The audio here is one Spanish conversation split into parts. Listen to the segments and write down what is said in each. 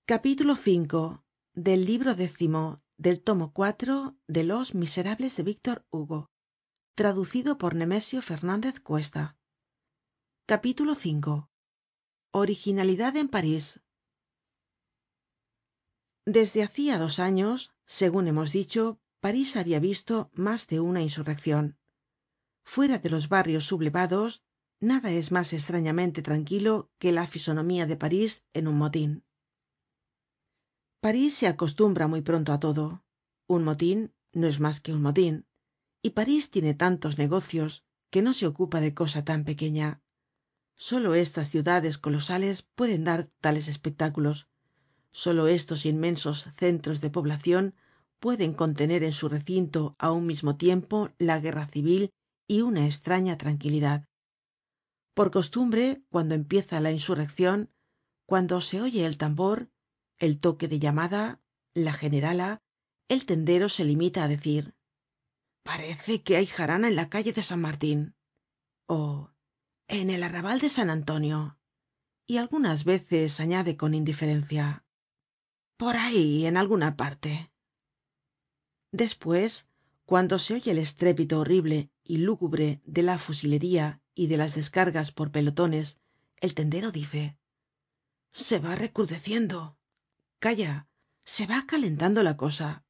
Capítulo 5 del libro 10 del tomo 4 de Los Miserables de Víctor Hugo, traducido por Nemesio Fernández Cuesta. Capítulo 5. Originalidad en París. Desde hacía 2 años, según hemos dicho, París había visto más de una insurrección. Fuera de los barrios sublevados, nada es más extrañamente tranquilo que la fisonomía de París en un motin. París se acostumbra muy pronto a todo. Un motin no es más que un motin, y París tiene tantos negocios que no se ocupa de cosa tan pequeña. Solo estas ciudades colosales pueden dar tales espectáculos. Solo estos inmensos centros de poblacion pueden contener en su recinto a un mismo tiempo la guerra civil y una estraña tranquilidad. Por costumbre, cuando empieza la insurreccion, cuando se oye el tambor, el toque de llamada, la generala, el tendero se limita a decir: parece que hay jarana en la calle de San Martín, o en el arrabal de San Antonio, y algunas veces añade con indiferencia: por ahí, en alguna parte. Después, cuando se oye el estrépito horrible y lúgubre de la fusilería y de las descargas por pelotones, el tendero dice: se va recrudeciendo. Calla, se va calentando la cosa.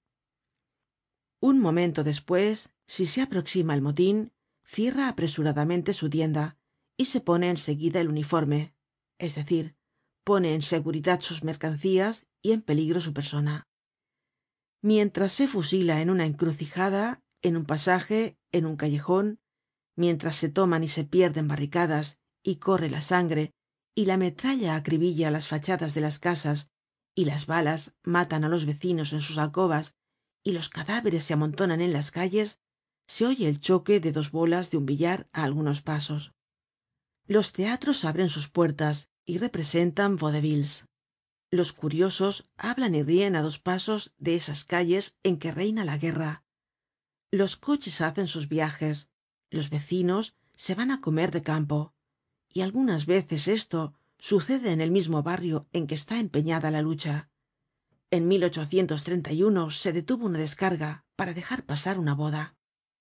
Un momento después, si se aproxima el motin, cierra apresuradamente su tienda y se pone en seguida el uniforme, es decir, pone en seguridad sus mercancías y en peligro su persona. Mientras se fusila en una encrucijada, en un pasaje, en un callejon, mientras se toman y se pierden barricadas y corre la sangre y la metralla acribilla las fachadas de las casas y las balas matan a los vecinos en sus alcobas y los cadáveres se amontonan en las calles, se oye el choque de 2 bolas de un billar a algunos pasos. Los teatros abren sus puertas y representan vaudevilles. Los curiosos hablan y ríen a 2 pasos de esas calles en que reina la guerra. Los coches hacen sus viajes, los vecinos se van a comer de campo, y algunas veces esto sucede en el mismo barrio en que está empeñada la lucha. En 1831 se detuvo una descarga para dejar pasar una boda.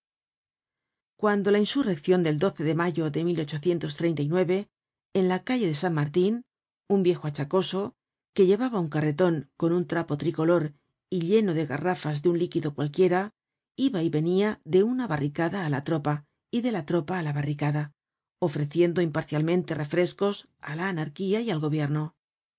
Cuando la insurreccion del 12 de mayo de 1839, en la calle de San Martín, un viejo achacoso, que llevaba un carreton con un trapo tricolor y lleno de garrafas de un líquido cualquiera, iba y venia de una barricada á la tropa y de la tropa á la barricada, ofreciendo imparcialmente refrescos á la anarquía y al gobierno.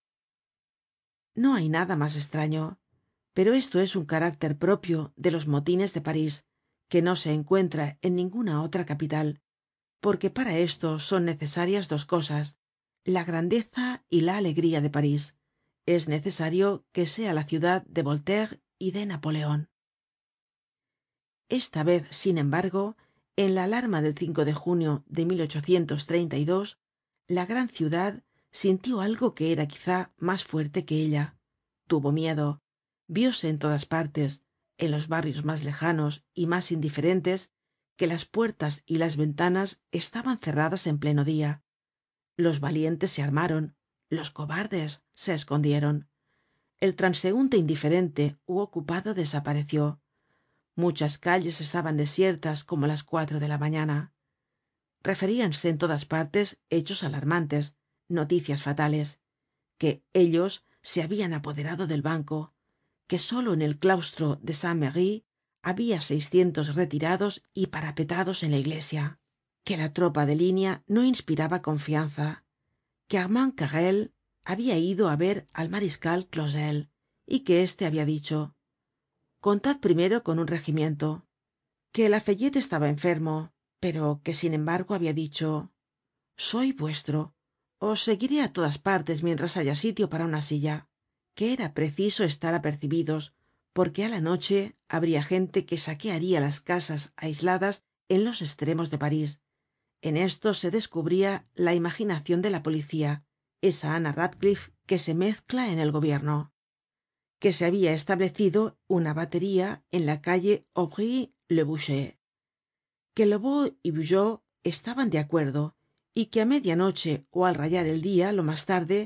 No hay nada mas extraño, pero esto es un carácter propio de los motines de París, que no se encuentra en ninguna otra capital, porque para esto son necesarias 2 cosas: la grandeza y la alegría de París. Es necesario que sea la ciudad de Voltaire y de Napoleon. Esta vez, sin embargo, en la alarma del 5 de junio de 1832, la gran ciudad sintió algo que era quizá más fuerte que ella. Tuvo miedo. Vióse en todas partes, en los barrios más lejanos y más indiferentes, que las puertas y las ventanas estaban cerradas en pleno día. Los valientes se armaron, los cobardes se escondieron. El transeunte indiferente ú ocupado desapareció. Muchas calles estaban desiertas como las 4 de la mañana. Referíanse en todas partes hechos alarmantes, noticias fatales: que ellos se habian apoderado del banco, que solo en el claustro de Saint Merry habia 600 retirados y parapetados en la iglesia, que la tropa de línea no inspiraba confianza, que Armand Carrel habia ido á ver al mariscal Clausel y que éste habia dicho: contad primero con un regimiento, que Lafayette estaba enfermo, pero que sin embargo habia dicho: soy vuestro, os seguiré á todas partes mientras haya sitio para una silla, que era preciso estar apercibidos, porque á la noche habría gente que saquearía las casas aisladas en los estremos de París. En esto se descubría la imaginacion de la policía, esa Ana Radcliffe que se mezcla en el gobierno. Que se habia establecido una batería en la calle Aubry le Boucher, que lobau y bugeaud estaban de acuerdo, y que á media noche ó al rayar el dia lo mas tarde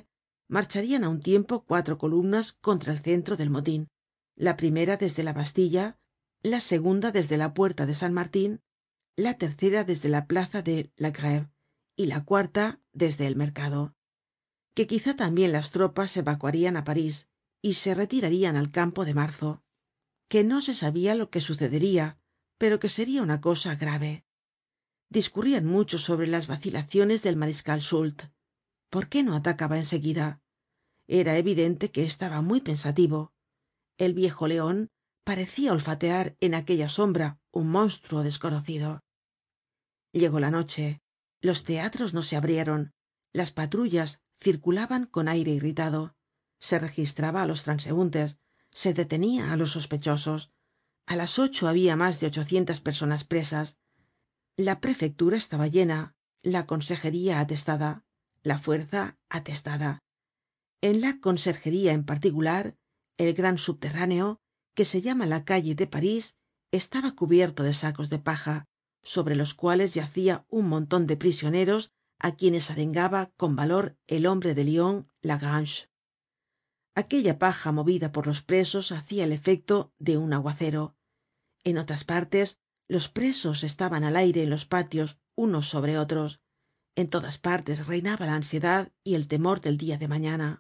marcharían á un tiempo 4 columnas contra el centro del motin, la primera desde la bastilla, la segunda desde la puerta de San Martin, la tercera desde la plaza de la Greve y la cuarta desde el mercado. Que quizá tambien las tropas evacuarían á París y se retirarían al campo de marzo, que no se sabia lo que sucedería, pero que seria una cosa grave. Discurrian mucho sobre las vacilaciones del mariscal Soult. ¿Por qué no atacaba en seguida? Era evidente que estaba muy pensativo. El viejo leon parecia olfatear en aquella sombra un monstruo desconocido. Llegó la noche, los teatros no se abrieron, las patrullas circulaban con aire irritado, se registraba á los transeuntes, se detenia á los sospechosos. A las 8 habia mas de 800 personas presas. La prefectura estaba llena, la consejería atestada, la fuerza atestada. En la conserjería en particular, el gran subterráneo, que se llama la calle de París, estaba cubierto de sacos de paja, sobre los cuales yacia un monton de prisioneros á quienes arengaba con valor el hombre de Lyon, Lagrange. Aquella paja movida por los presos hacia el efecto de un aguacero. En otras partes, los presos estaban al aire en los patios unos sobre otros. En todas partes reinaba la ansiedad y el temor del dia de mañana.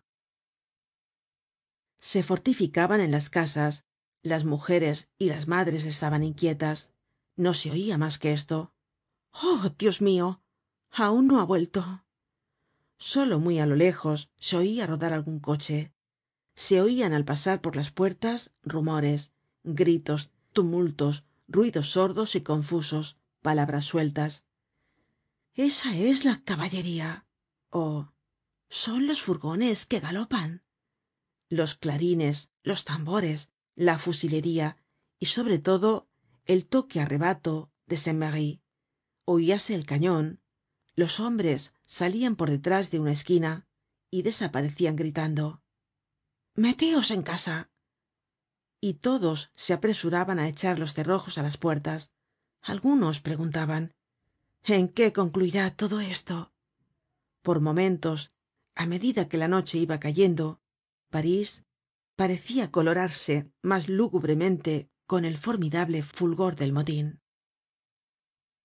Se fortificaban en las casas, las mujeres y las madres estaban inquietas. No se oia mas que esto: oh, Dios mio, aun no ha vuelto. Solo muy á lo lejos se oia rodar algun coche. Se oian al pasar por las puertas rumores, gritos, tumultos, ruidos sordos y confusos, palabras sueltas. Esa es la caballería, o son los furgones que galopan. Los clarines, los tambores, la fusilería y sobre todo el toque a rebato de Saint Merry. Oíase el cañon, los hombres salian por detrás de una esquina y desaparecian gritando: meteos en casa. Y todos se apresuraban á echar los cerrojos á las puertas. Algunos preguntaban: ¿en qué concluirá todo esto? Por momentos, á medida que la noche iba cayendo, París parecia colorarse mas lúgubremente con el formidable fulgor del motin.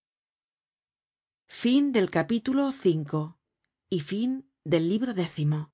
Fin del capítulo 5 y fin del libro 10.